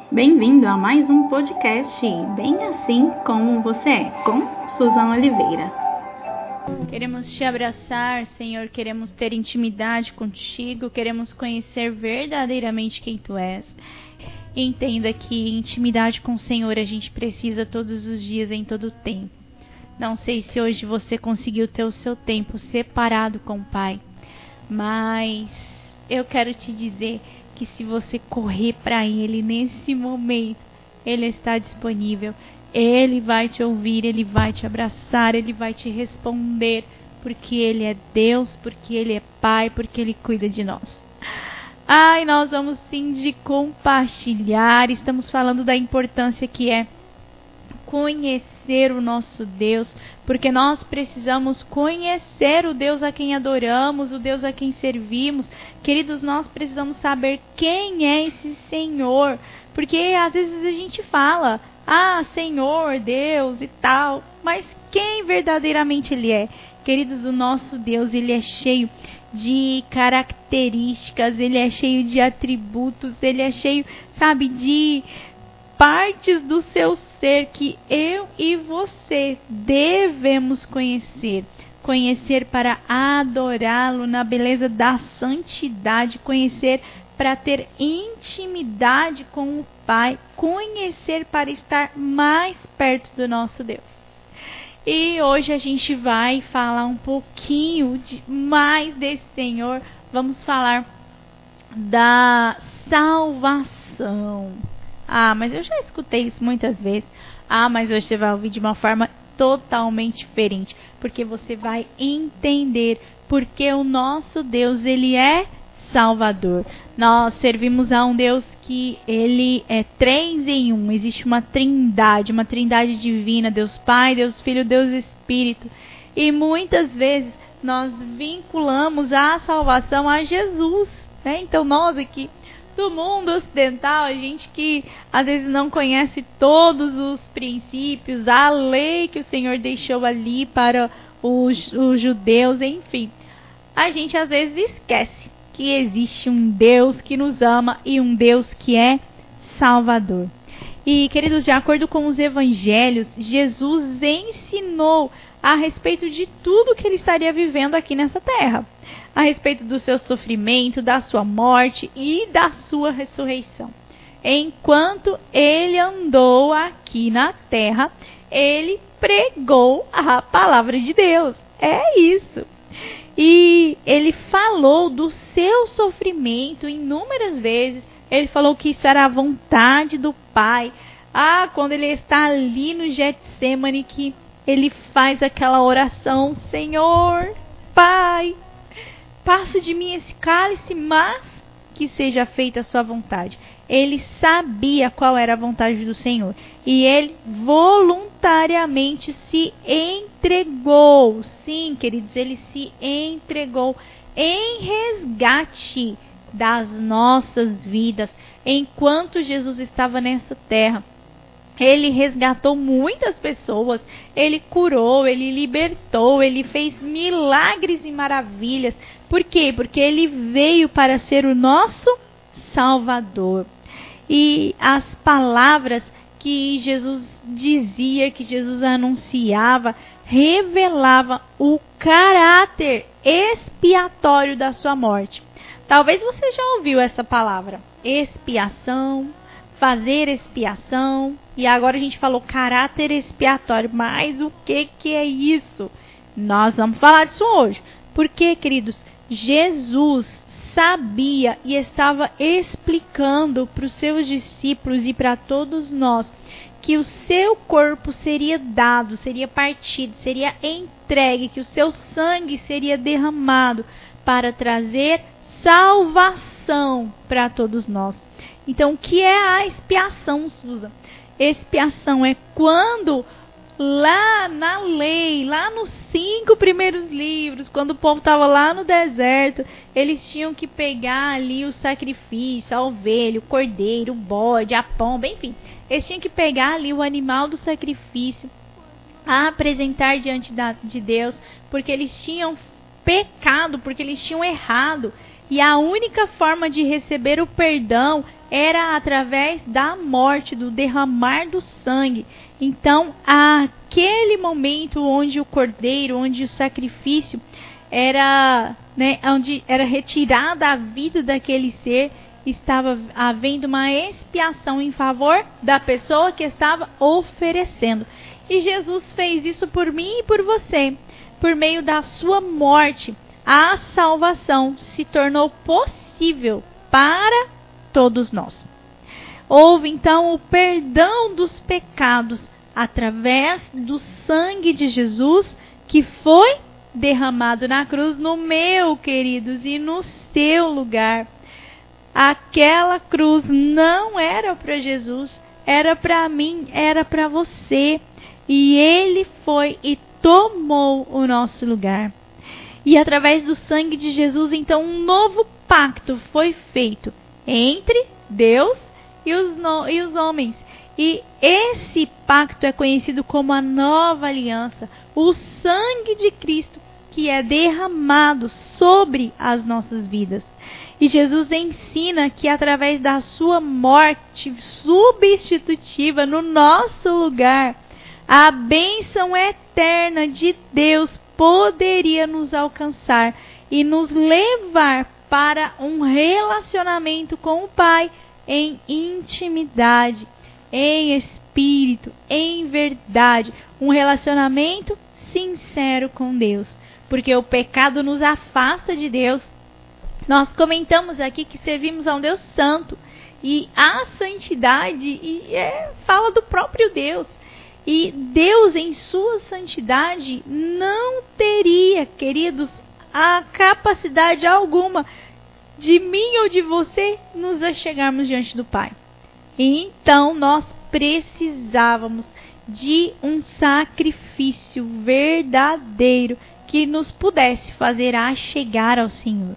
Bem-vindo a mais um podcast, Bem Assim Como Você É, com Suzana Oliveira. Queremos te abraçar, Senhor, queremos ter intimidade contigo, queremos conhecer verdadeiramente quem Tu és. Entenda que intimidade com o Senhor a gente precisa todos os dias, em todo o tempo. Não sei se hoje você conseguiu ter o seu tempo separado com o Pai, mas eu quero te dizer que se você correr para Ele nesse momento, Ele está disponível. Ele vai te ouvir, Ele vai te abraçar, Ele vai te responder, porque Ele é Deus, porque Ele é Pai, porque Ele cuida de nós. Nós vamos sim de compartilhar, estamos falando da importância que é conhecer o nosso Deus, porque nós precisamos conhecer o Deus a quem adoramos, o Deus a quem servimos. Queridos, nós precisamos saber quem é esse Senhor, porque às vezes a gente fala, Senhor, Deus e tal, mas quem verdadeiramente Ele é? Queridos, o nosso Deus, Ele é cheio de características, Ele é cheio de atributos, Ele é cheio, de partes do seu ser que eu e você devemos conhecer. Conhecer para adorá-lo na beleza da santidade, conhecer para ter intimidade com o Pai, conhecer para estar mais perto do nosso Deus. E hoje a gente vai falar um pouquinho mais desse Senhor. Vamos falar da salvação. Mas eu já escutei isso muitas vezes. Mas hoje você vai ouvir de uma forma totalmente diferente, porque você vai entender porque o nosso Deus, Ele é Salvador. Nós servimos a um Deus que Ele é 3 em 1. Existe uma trindade divina, Deus Pai, Deus Filho, Deus Espírito. E muitas vezes nós vinculamos a salvação a Jesus, né? Então nós aqui do mundo ocidental, a gente que às vezes não conhece todos os princípios, a lei que o Senhor deixou ali para os judeus, enfim. A gente às vezes esquece que existe um Deus que nos ama e um Deus que é Salvador. E, queridos, de acordo com os evangelhos, Jesus ensinou a respeito de tudo que Ele estaria vivendo aqui nessa terra. A respeito do seu sofrimento, da sua morte e da sua ressurreição. Enquanto Ele andou aqui na terra, Ele pregou a palavra de Deus. É isso. E Ele falou do seu sofrimento inúmeras vezes. Ele falou que isso era a vontade do Pai. Quando Ele está ali no Getsemane, que Ele faz aquela oração: Senhor, Pai, passa de mim esse cálice, mas que seja feita a sua vontade. Ele sabia qual era a vontade do Senhor. E Ele voluntariamente se entregou. Sim, queridos, Ele se entregou em resgate das nossas vidas. Enquanto Jesus estava nessa terra, Ele resgatou muitas pessoas, Ele curou, Ele libertou, Ele fez milagres e maravilhas. Por quê? Porque Ele veio para ser o nosso Salvador. E as palavras que Jesus dizia, que Jesus anunciava, revelava o caráter expiatório da sua morte. Talvez você já ouviu essa palavra, expiação, fazer expiação, e agora a gente falou caráter expiatório. Mas o que é isso? Nós vamos falar disso hoje. Porque, queridos, Jesus sabia e estava explicando para os seus discípulos e para todos nós que o seu corpo seria dado, seria partido, seria entregue, que o seu sangue seria derramado para trazer salvação para todos nós. Então, o que é a expiação, Susan? Expiação é quando lá na lei, lá nos 5 primeiros livros, quando o povo estava lá no deserto, eles tinham que pegar ali o sacrifício, a ovelha, o cordeiro, o bode, a pomba, enfim. Eles tinham que pegar ali o animal do sacrifício, a apresentar diante de Deus, porque eles tinham pecado, porque eles tinham errado. E a única forma de receber o perdão era através da morte, do derramar do sangue. Então, aquele momento onde o cordeiro, onde o sacrifício era, onde era retirada a vida daquele ser, estava havendo uma expiação em favor da pessoa que estava oferecendo. E Jesus fez isso por mim e por você. Por meio da sua morte, a salvação se tornou possível para todos nós. Houve então o perdão dos pecados através do sangue de Jesus que foi derramado na cruz, no meu, queridos, e no seu lugar. Aquela cruz não era para Jesus, era para mim, era para você. E ele foi e tomou o nosso lugar. E através do sangue de Jesus, então, um novo pacto foi feito entre Deus e os homens. E esse pacto é conhecido como a nova aliança, o sangue de Cristo que é derramado sobre as nossas vidas. E Jesus ensina que através da sua morte substitutiva no nosso lugar, a bênção eterna de Deus poderia nos alcançar e nos levar para um relacionamento com o Pai em intimidade, em espírito, em verdade, um relacionamento sincero com Deus, porque o pecado nos afasta de Deus. Nós comentamos aqui que servimos a um Deus santo, e a santidade fala do próprio Deus. E Deus, em sua santidade, não teria, queridos, a capacidade alguma de mim ou de você nos achegarmos diante do Pai. Então, nós precisávamos de um sacrifício verdadeiro que nos pudesse fazer achegar ao Senhor.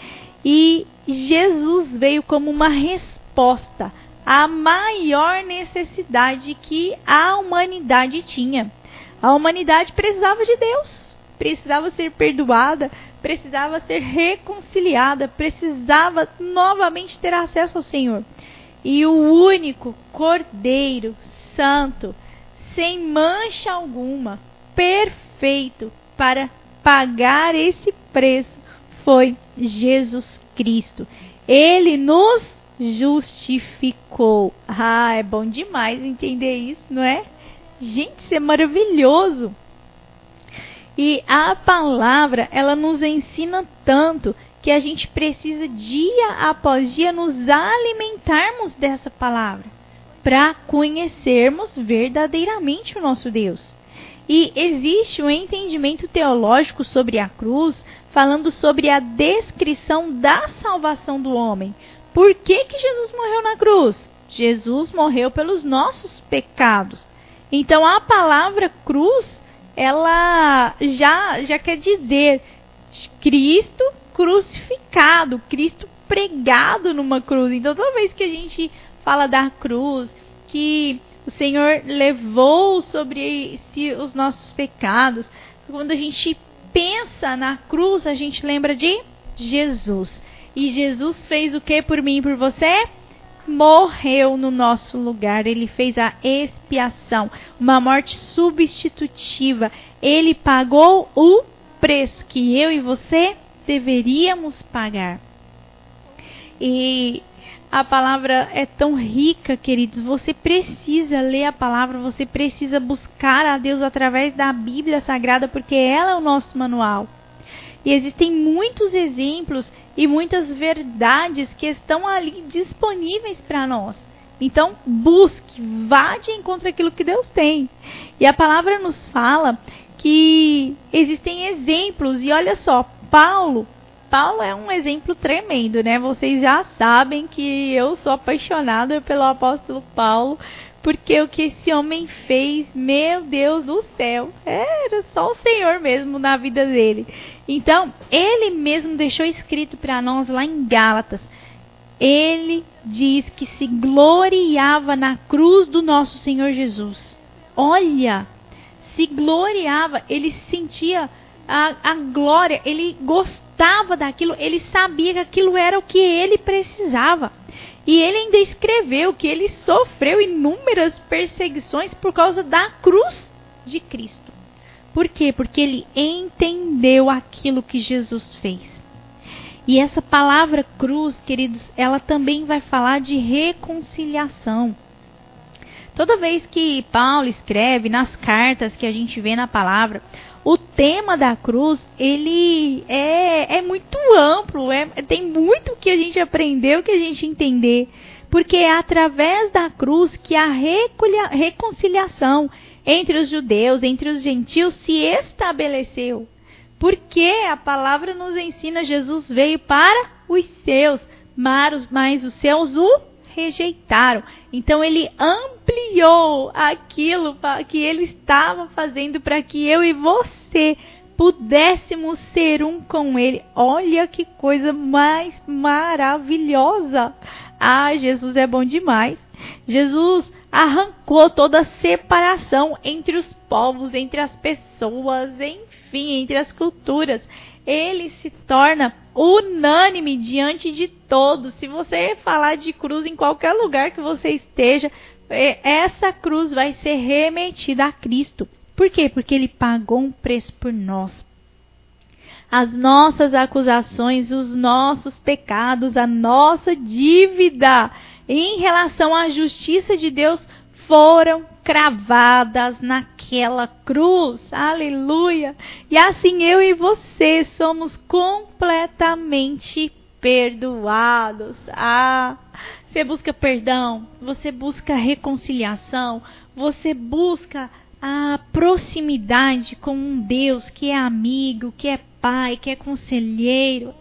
E Jesus veio como uma resposta à maior necessidade que a humanidade tinha. A humanidade precisava de Deus, precisava ser perdoada, precisava ser reconciliada, precisava novamente ter acesso ao Senhor. E o único Cordeiro Santo, sem mancha alguma, perfeito para pagar esse preço, foi Jesus Cristo. Ele nos justificou. É bom demais entender isso, não é? Gente, isso é maravilhoso. E a palavra, ela nos ensina tanto que a gente precisa dia após dia nos alimentarmos dessa palavra para conhecermos verdadeiramente o nosso Deus. E existe um entendimento teológico sobre a cruz, falando sobre a descrição da salvação do homem. Por que Jesus morreu na cruz? Jesus morreu pelos nossos pecados. Então a palavra cruz, ela já quer dizer Cristo crucificado, Cristo pregado numa cruz. Então toda vez que a gente fala da cruz, que o Senhor levou sobre si os nossos pecados, quando a gente pensa na cruz, a gente lembra de Jesus. E Jesus fez o que por mim e por você? Morreu no nosso lugar. Ele fez a expiação, uma morte substitutiva. Ele pagou o preço que eu e você deveríamos pagar. E a palavra é tão rica, queridos. Você precisa ler a palavra, você precisa buscar a Deus através da Bíblia Sagrada, porque ela é o nosso manual. E existem muitos exemplos e muitas verdades que estão ali disponíveis para nós. Então, busque, vá de encontro àquilo que Deus tem. E a palavra nos fala que existem exemplos. E olha só, Paulo é um exemplo tremendo, né? Vocês já sabem que eu sou apaixonada pelo apóstolo Paulo, porque o que esse homem fez, meu Deus do céu, era só o Senhor mesmo na vida dele. Então, ele mesmo deixou escrito para nós lá em Gálatas. Ele diz que se gloriava na cruz do nosso Senhor Jesus. Olha, se gloriava, ele sentia a glória, ele gostava daquilo, ele sabia que aquilo era o que ele precisava. E ele ainda escreveu que ele sofreu inúmeras perseguições por causa da cruz de Cristo. Por quê? Porque ele entendeu aquilo que Jesus fez. E essa palavra cruz, queridos, ela também vai falar de reconciliação. Toda vez que Paulo escreve nas cartas que a gente vê na palavra, o tema da cruz, ele é muito amplo, tem muito que a gente aprendeu, que a gente entender, porque é através da cruz que a reconciliação entre os judeus, entre os gentios se estabeleceu. Porque a palavra nos ensina, Jesus veio para os seus, mas os seus o rejeitaram. Então ele ampliou aquilo que ele estava fazendo para que eu e você pudéssemos ser um com ele. Olha que coisa mais maravilhosa! Ah, Jesus é bom demais. Jesus arrancou toda a separação entre os povos, entre as pessoas, enfim, entre as culturas. Ele se torna unânime diante de todos. Se você falar de cruz em qualquer lugar que você esteja, essa cruz vai ser remetida a Cristo. Por quê? Porque ele pagou um preço por nós. As nossas acusações, os nossos pecados, a nossa dívida em relação à justiça de Deus foram cravadas naquela cruz. Aleluia! E assim eu e você somos completamente perdoados. Você busca perdão, você busca reconciliação, você busca a proximidade com um Deus que é amigo, que é pai, que é conselheiro,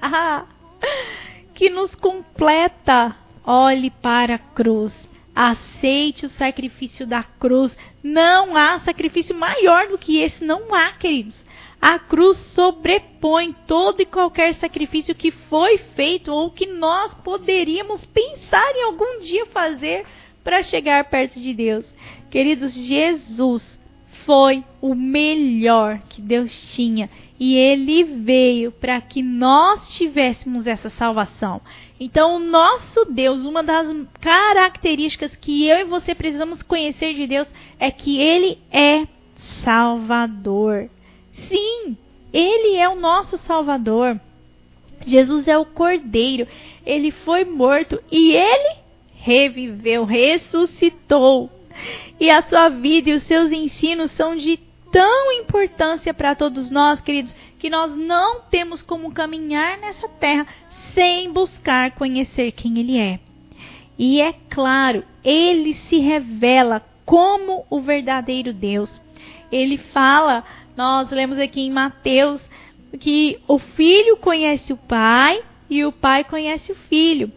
que nos completa. Olhe para a cruz. Aceite o sacrifício da cruz. Não há sacrifício maior do que esse. Não há, queridos. A cruz sobrepõe todo e qualquer sacrifício que foi feito ou que nós poderíamos pensar em algum dia fazer para chegar perto de Deus. Queridos, Jesus foi o melhor que Deus tinha. E ele veio para que nós tivéssemos essa salvação. Então, o nosso Deus, uma das características que eu e você precisamos conhecer de Deus é que ele é Salvador. Sim, ele é o nosso Salvador. Jesus é o Cordeiro. Ele foi morto e ele reviveu, ressuscitou. E a sua vida e os seus ensinos são de tão importância para todos nós, queridos, que nós não temos como caminhar nessa terra sem buscar conhecer quem ele é. E é claro, ele se revela como o verdadeiro Deus. Ele fala, nós lemos aqui em Mateus, que o filho conhece o pai e o pai conhece o filho.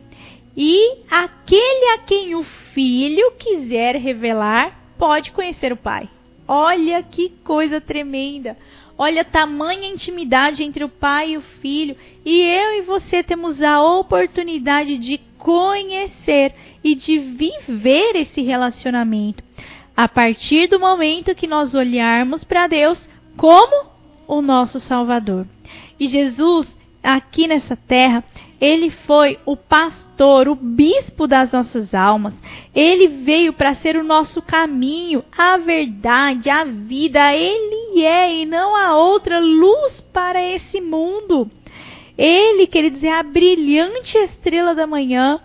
E aquele a quem o filho quiser revelar pode conhecer o pai. Olha que coisa tremenda. Olha a tamanha intimidade entre o pai e o filho. E eu e você temos a oportunidade de conhecer e de viver esse relacionamento. A partir do momento que nós olharmos para Deus como o nosso Salvador. E Jesus, aqui nessa terra, ele foi o pastor, o bispo das nossas almas. Ele veio para ser o nosso caminho, a verdade, a vida. Ele é e não há outra luz para esse mundo. Ele, queridos, é a brilhante estrela da manhã.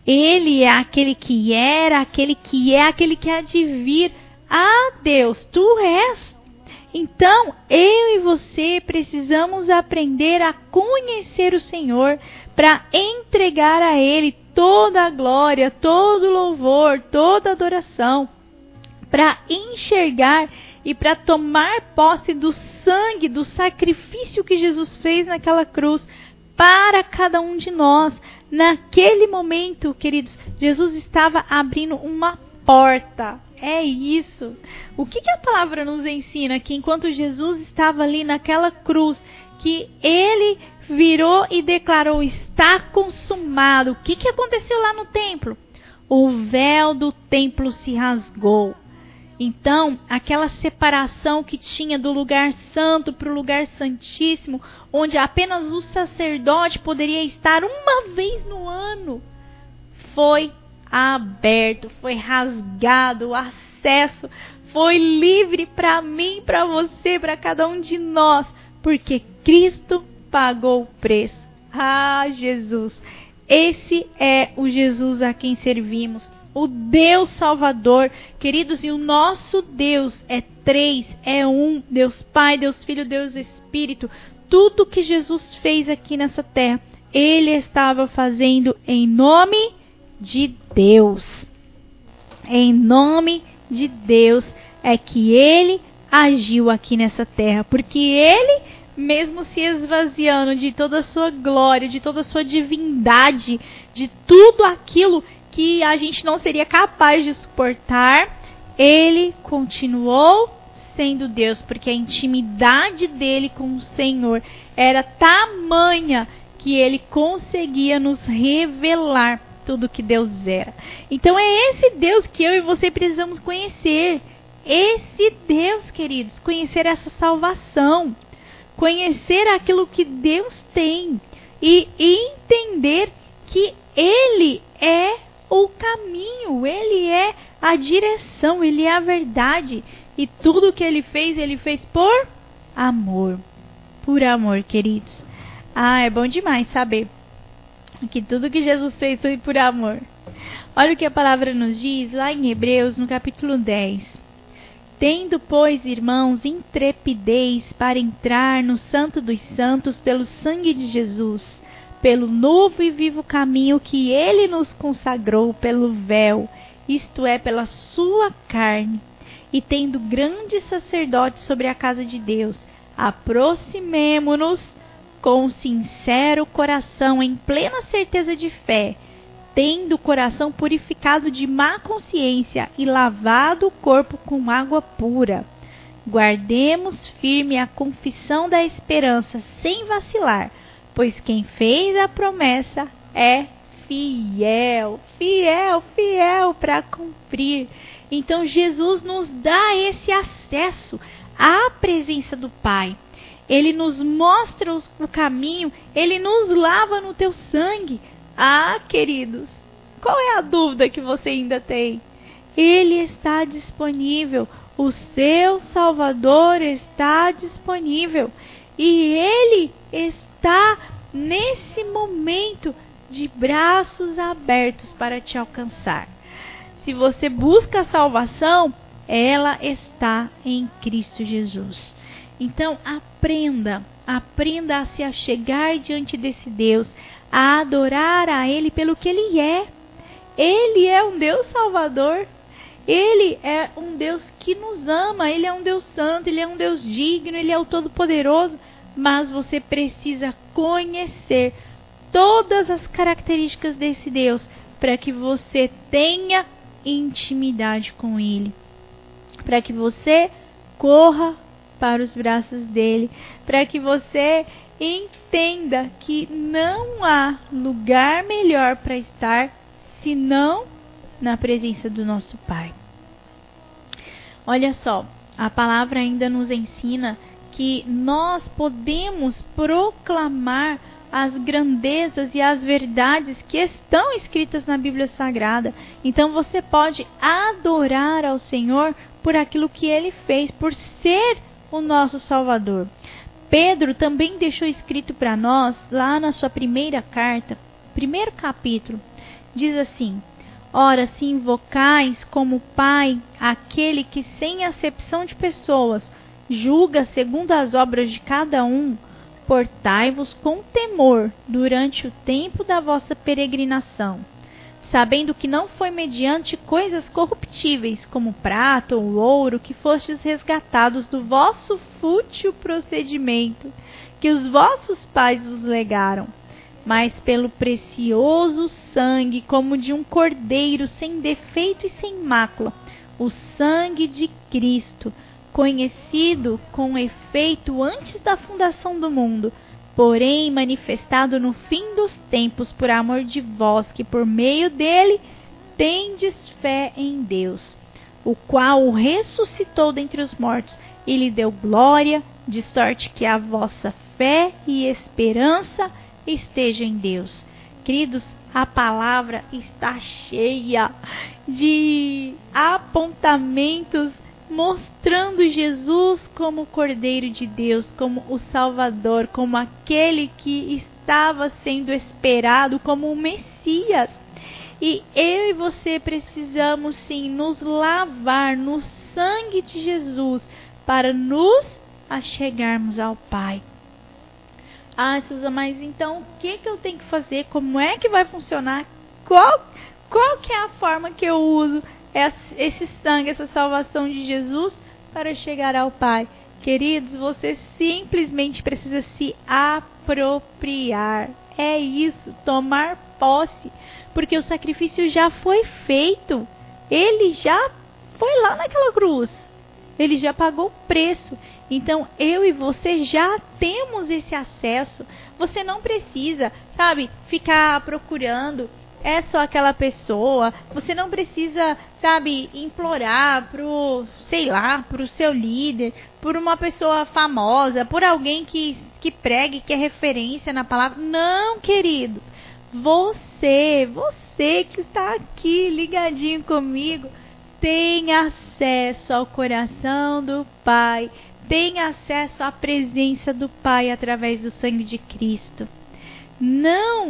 Ele é aquele que era, aquele que é, aquele que há de vir. Ah, Deus, tu és. Então, eu e você precisamos aprender a conhecer o Senhor para entregar a Ele toda a glória, todo o louvor, toda a adoração, para enxergar e para tomar posse do sangue, do sacrifício que Jesus fez naquela cruz para cada um de nós. Naquele momento, queridos, Jesus estava abrindo uma porta. É isso. O que a palavra nos ensina? Que enquanto Jesus estava ali naquela cruz, que ele virou e declarou: está consumado. O que aconteceu lá no templo? O véu do templo se rasgou. Então, aquela separação que tinha do lugar santo para o lugar santíssimo, onde apenas o sacerdote poderia estar uma vez no ano, foi aberto, foi rasgado, o acesso foi livre para mim, para você, para cada um de nós, porque Cristo pagou o preço. Ah, Jesus! Esse é o Jesus a quem servimos, o Deus Salvador. Queridos, e o nosso Deus é três, é um, Deus Pai, Deus Filho, Deus Espírito. Tudo que Jesus fez aqui nessa terra, Ele estava fazendo em nome de Deus. Em nome de Deus é que Ele agiu aqui nessa terra, porque Ele, mesmo se esvaziando de toda a sua glória, de toda a sua divindade, de tudo aquilo que a gente não seria capaz de suportar, Ele continuou sendo Deus, porque a intimidade dele com o Senhor era tamanha que Ele conseguia nos revelar tudo que Deus era. Então é esse Deus que eu e você precisamos conhecer. Esse Deus, queridos, conhecer essa salvação, conhecer aquilo que Deus tem e entender que Ele é o caminho, Ele é a direção, Ele é a verdade. E tudo que Ele fez por amor. Por amor, queridos. Ah, é bom demais saber que tudo que Jesus fez foi por amor. Olha o que a palavra nos diz lá em Hebreus, no capítulo 10. Tendo, pois, irmãos, intrepidez para entrar no Santo dos Santos pelo sangue de Jesus, pelo novo e vivo caminho que Ele nos consagrou pelo véu, isto é, pela sua carne, e tendo grande sacerdote sobre a casa de Deus, aproximemo-nos com sincero coração, em plena certeza de fé, tendo o coração purificado de má consciência e lavado o corpo com água pura. Guardemos firme a confissão da esperança sem vacilar, pois quem fez a promessa é fiel, fiel, fiel para cumprir. Então Jesus nos dá esse acesso à presença do Pai. Ele nos mostra o caminho, Ele nos lava no teu sangue. Ah, queridos, qual é a dúvida que você ainda tem? Ele está disponível, o seu Salvador está disponível. E Ele está nesse momento de braços abertos para te alcançar. Se você busca a salvação, ela está em Cristo Jesus. Então aprenda a se achegar diante desse Deus, a adorar a Ele pelo que Ele é. Ele é um Deus Salvador, Ele é um Deus que nos ama, Ele é um Deus santo, Ele é um Deus digno, Ele é o Todo-Poderoso, mas você precisa conhecer todas as características desse Deus para que você tenha intimidade com Ele, para que você corra para os braços dele, para que você entenda que não há lugar melhor para estar senão na presença do nosso Pai. Olha só, a palavra ainda nos ensina que nós podemos proclamar as grandezas e as verdades que estão escritas na Bíblia Sagrada. Então você pode adorar ao Senhor por aquilo que Ele fez, por ser o nosso Salvador. Pedro também deixou escrito para nós, lá na sua primeira carta, primeiro capítulo, diz assim: ora, se invocais como Pai aquele que sem acepção de pessoas julga segundo as obras de cada um, portai-vos com temor durante o tempo da vossa peregrinação, sabendo que não foi mediante coisas corruptíveis, como prata ou ouro, que fostes resgatados do vosso fútil procedimento, que os vossos pais vos legaram, mas pelo precioso sangue, como de um cordeiro sem defeito e sem mácula, o sangue de Cristo, conhecido com efeito antes da fundação do mundo, porém manifestado no fim dos tempos por amor de vós, que por meio dele tendes fé em Deus, o qual o ressuscitou dentre os mortos e lhe deu glória, de sorte que a vossa fé e esperança esteja em Deus. Queridos, a palavra está cheia de apontamentos mostrando Jesus como o Cordeiro de Deus, como o Salvador, como aquele que estava sendo esperado, como o Messias. E eu e você precisamos sim nos lavar no sangue de Jesus para nos achegarmos ao Pai. Ah, Suza, mas então o que eu tenho que fazer? Como é que vai funcionar? Qual que é a forma que eu uso esse sangue, essa salvação de Jesus para chegar ao Pai? Queridos, você simplesmente precisa se apropriar. É isso, tomar posse. Porque o sacrifício já foi feito. Ele já foi lá naquela cruz. Ele já pagou o preço. Então, eu e você já temos esse acesso. Você não precisa, ficar procurando. É só aquela pessoa. Você não precisa, implorar pro seu líder, por uma pessoa famosa, por alguém que pregue, que é referência na palavra. Não, queridos. Você que está aqui ligadinho comigo, tem acesso ao coração do Pai, tem acesso à presença do Pai através do sangue de Cristo. Não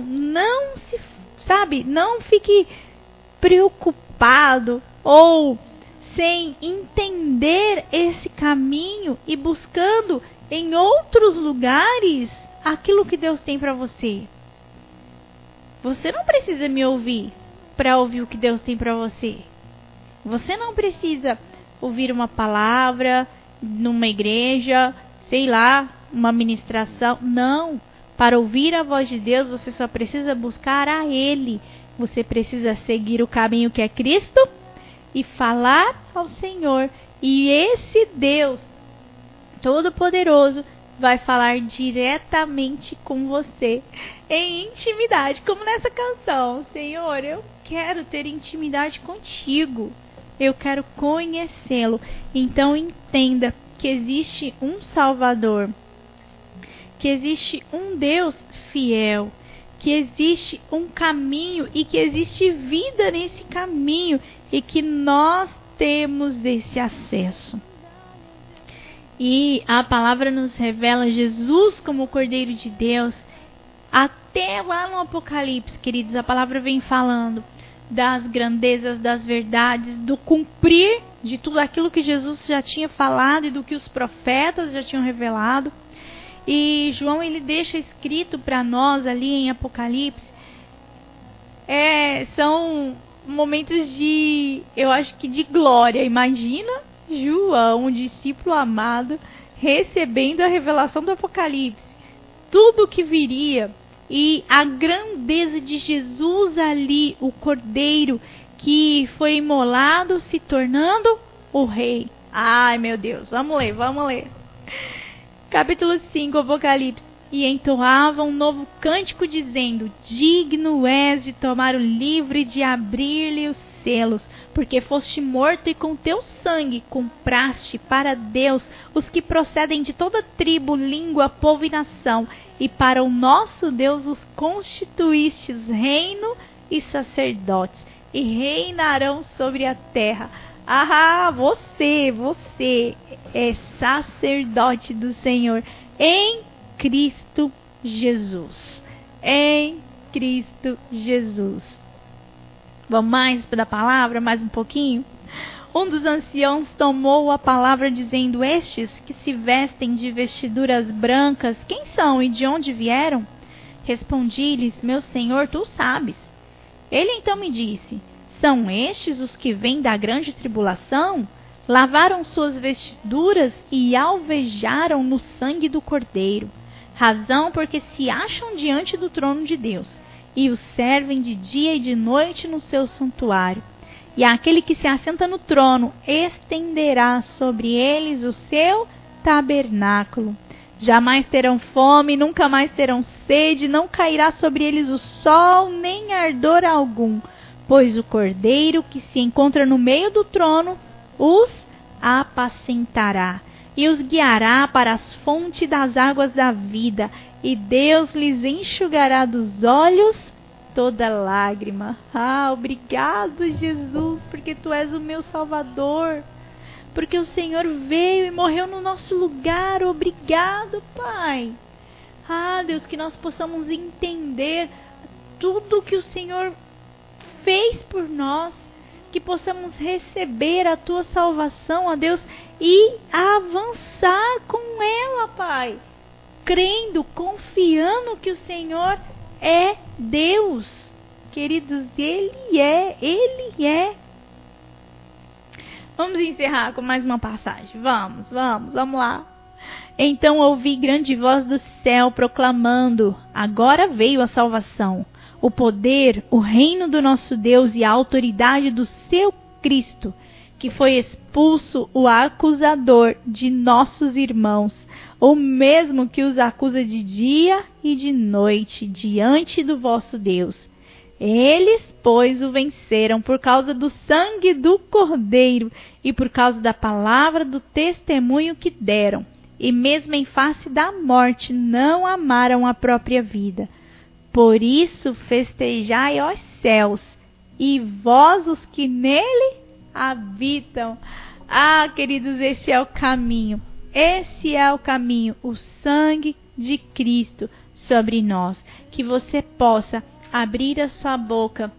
fique preocupado ou sem entender esse caminho e buscando em outros lugares aquilo que Deus tem para você. Você não precisa me ouvir para ouvir o que Deus tem para você. Você não precisa ouvir uma palavra numa igreja, uma ministração. Não. Para ouvir a voz de Deus, você só precisa buscar a Ele. Você precisa seguir o caminho que é Cristo e falar ao Senhor. E esse Deus Todo-Poderoso vai falar diretamente com você, em intimidade, como nessa canção. Senhor, eu quero ter intimidade contigo. Eu quero conhecê-lo. Então entenda que existe um Salvador, que existe um Deus fiel, que existe um caminho e que existe vida nesse caminho e que nós temos esse acesso. E a palavra nos revela Jesus como o Cordeiro de Deus. Até lá no Apocalipse, queridos, a palavra vem falando das grandezas, das verdades, do cumprir de tudo aquilo que Jesus já tinha falado e do que os profetas já tinham revelado. E João, ele deixa escrito para nós ali em Apocalipse, são momentos eu acho que de glória. Imagina João, um discípulo amado, recebendo a revelação do Apocalipse, tudo o que viria e a grandeza de Jesus ali, o Cordeiro que foi imolado, se tornando o Rei. Ai, meu Deus, vamos ler. Capítulo 5, Apocalipse. E entoavam um novo cântico dizendo: digno és de tomar o livro e de abrir-lhe os selos, porque foste morto e com teu sangue compraste para Deus os que procedem de toda tribo, língua, povo e nação, e para o nosso Deus os constituístes reino e sacerdotes, e reinarão sobre a terra. Ah, você é sacerdote do Senhor em Cristo Jesus. Em Cristo Jesus. Vamos mais da palavra, mais um pouquinho? Um dos anciãos tomou a palavra dizendo: estes que se vestem de vestiduras brancas, quem são e de onde vieram? Respondi-lhes: meu senhor, tu sabes. Ele então me disse: são estes os que vêm da grande tribulação? Lavaram suas vestiduras e alvejaram no sangue do Cordeiro. Razão porque se acham diante do trono de Deus e o servem de dia e de noite no seu santuário. E aquele que se assenta no trono estenderá sobre eles o seu tabernáculo. Jamais terão fome, nunca mais terão sede, não cairá sobre eles o sol, nem ardor algum, pois o Cordeiro que se encontra no meio do trono os apacentará e os guiará para as fontes das águas da vida, e Deus lhes enxugará dos olhos toda lágrima. Obrigado, Jesus, porque Tu és o meu Salvador. Porque o Senhor veio e morreu no nosso lugar. Obrigado, Pai. Deus, que nós possamos entender tudo que o Senhor fez por nós. Que possamos receber a Tua salvação, ó Deus, e avançar com ela, Pai. Crendo, confiando que o Senhor é Deus. Queridos, Ele é. Vamos encerrar com mais uma passagem. Vamos lá. Então ouvi grande voz do céu proclamando: agora veio a salvação, o poder, o reino do nosso Deus e a autoridade do seu Cristo, que foi expulso o acusador de nossos irmãos, o mesmo que os acusa de dia e de noite diante do vosso Deus. Eles, pois, o venceram por causa do sangue do Cordeiro e por causa da palavra do testemunho que deram, e mesmo em face da morte não amaram a própria vida. Por isso festejai, ó céus, e vós os que nele habitam. Queridos, esse é o caminho. Esse é o caminho, o sangue de Cristo sobre nós. Que você possa abrir a sua boca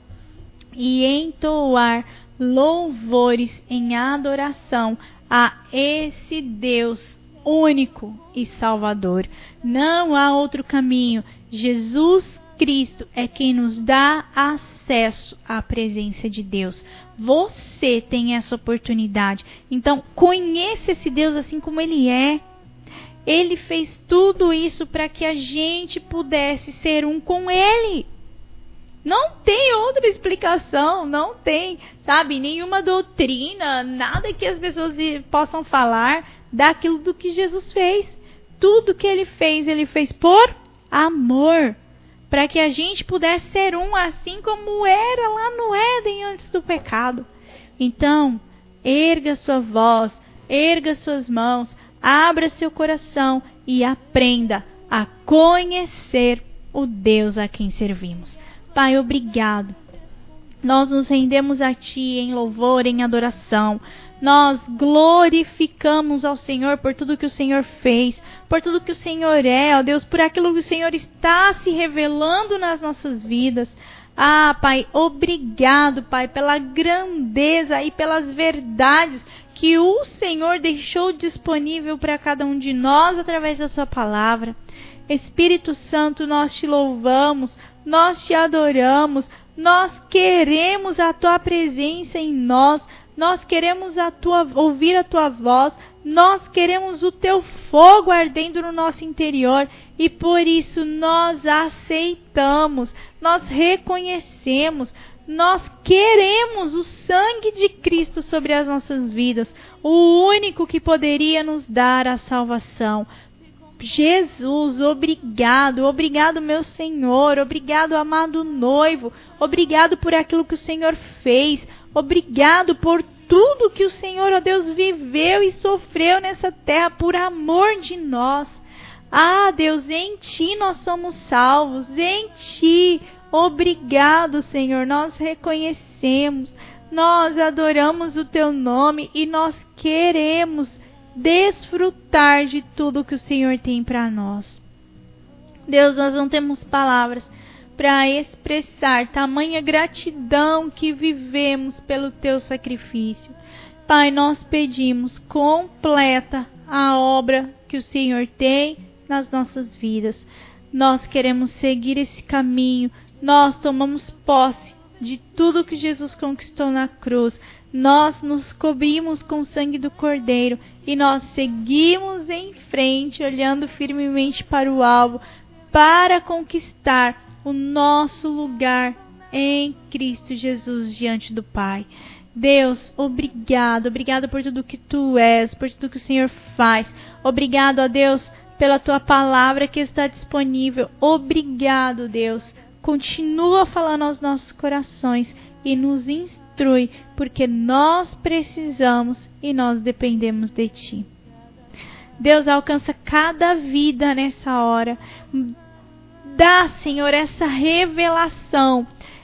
e entoar louvores em adoração a esse Deus único e Salvador. Não há outro caminho. Jesus Cristo é quem nos dá acesso à presença de Deus. Você tem essa oportunidade. Então, conheça esse Deus assim como Ele é. Ele fez tudo isso para que a gente pudesse ser um com Ele. Não tem outra explicação, não tem, nenhuma doutrina, nada que as pessoas possam falar daquilo do que Jesus fez. Tudo que Ele fez por amor, para que a gente pudesse ser um, assim como era lá no Éden antes do pecado. Então, erga sua voz, erga suas mãos, abra seu coração e aprenda a conhecer o Deus a quem servimos. Pai, obrigado. Nós nos rendemos a Ti em louvor, em adoração. Nós glorificamos ao Senhor por tudo que o Senhor fez, por tudo que o Senhor é, ó Deus, por aquilo que o Senhor está se revelando nas nossas vidas. Pai, obrigado, Pai, pela grandeza e pelas verdades que o Senhor deixou disponível para cada um de nós através da Sua palavra. Espírito Santo, nós Te louvamos, nós Te adoramos, nós queremos a Tua presença em nós. Nós queremos ouvir a Tua voz, nós queremos o Teu fogo ardendo no nosso interior e por isso nós aceitamos, nós reconhecemos, nós queremos o sangue de Cristo sobre as nossas vidas, o único que poderia nos dar a salvação. Jesus, obrigado, meu Senhor, obrigado, amado noivo, obrigado por aquilo que o Senhor fez, obrigado por tudo que o Senhor, ó Deus, viveu e sofreu nessa terra por amor de nós. Deus, em Ti nós somos salvos, em Ti, obrigado, Senhor, nós reconhecemos, nós adoramos o Teu nome e nós queremos desfrutar de tudo que o Senhor tem para nós. Deus, nós não temos palavras para expressar tamanha gratidão que vivemos pelo Teu sacrifício. Pai, nós pedimos, completa a obra que o Senhor tem nas nossas vidas. Nós queremos seguir esse caminho, nós tomamos posse de tudo que Jesus conquistou na cruz. Nós nos cobrimos com o sangue do Cordeiro e nós seguimos em frente, olhando firmemente para o alvo, para conquistar o nosso lugar em Cristo Jesus diante do Pai. Deus, obrigado por tudo que Tu és, por tudo que o Senhor faz. Obrigado, ó Deus, pela Tua palavra que está disponível. Obrigado, Deus. Continua falando aos nossos corações e nos instrui, porque nós precisamos e nós dependemos de Ti. Deus, alcança cada vida nessa hora. Dá, Senhor, essa revelação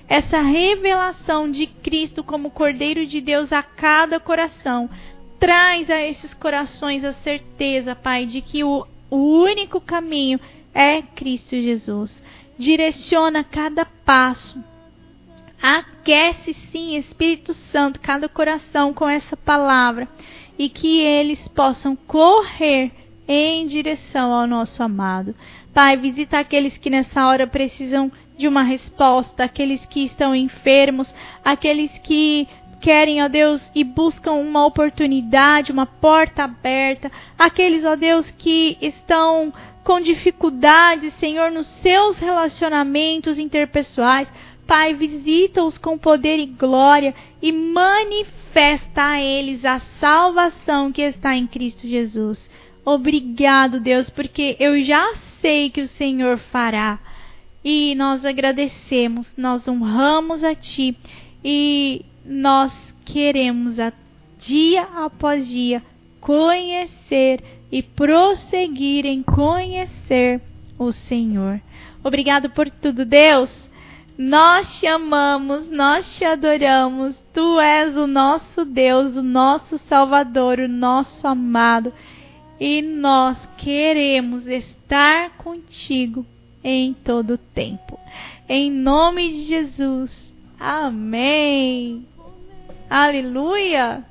de Cristo como Cordeiro de Deus a cada coração. Traz a esses corações a certeza, Pai, de que o único caminho é Cristo Jesus. Direciona cada passo. Aquece, sim, Espírito Santo, cada coração com essa palavra. E que eles possam correr em direção ao nosso amado. Pai, visita aqueles que nessa hora precisam de uma resposta, aqueles que estão enfermos, aqueles que querem, ó Deus, e buscam uma oportunidade, uma porta aberta, aqueles, ó Deus, que estão com dificuldades, Senhor, nos seus relacionamentos interpessoais. Pai, visita-os com poder e glória e manifesta a eles a salvação que está em Cristo Jesus. Obrigado, Deus, porque eu já sei que o Senhor fará. E nós agradecemos, nós honramos a Ti e nós queremos, dia após dia, conhecer e prosseguir em conhecer o Senhor. Obrigado por tudo, Deus. Nós te amamos, nós te adoramos. Tu és o nosso Deus, o nosso Salvador, o nosso amado. E nós queremos estar contigo em todo o tempo. Em nome de Jesus. Amém. Aleluia.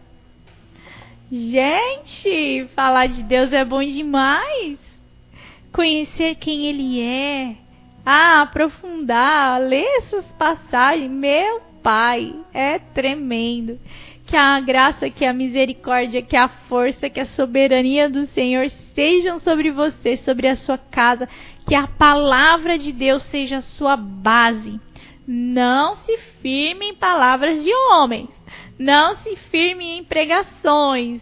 Gente, falar de Deus é bom demais. Conhecer quem Ele é. Aprofundar, ler essas passagens. Meu Pai, é tremendo. Que a graça, que a misericórdia, que a força, que a soberania do Senhor sejam sobre você, sobre a sua casa. Que a palavra de Deus seja a sua base. Não se firme em palavras de homens. Não se firme em pregações,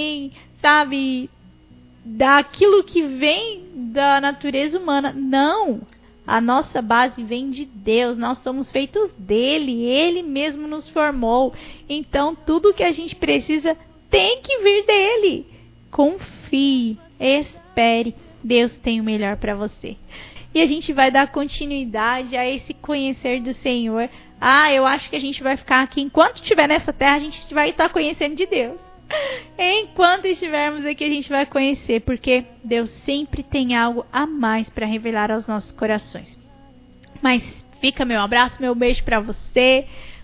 daquilo que vem da natureza humana. Não. A nossa base vem de Deus, nós somos feitos dele, ele mesmo nos formou. Então tudo que a gente precisa tem que vir dele. Confie, espere, Deus tem o melhor para você. E a gente vai dar continuidade a esse conhecer do Senhor. Eu acho que a gente vai ficar aqui, enquanto estiver nessa terra, a gente vai estar conhecendo de Deus. Enquanto estivermos aqui, a gente vai conhecer, porque Deus sempre tem algo a mais para revelar aos nossos corações. Mas fica meu abraço, meu beijo para você.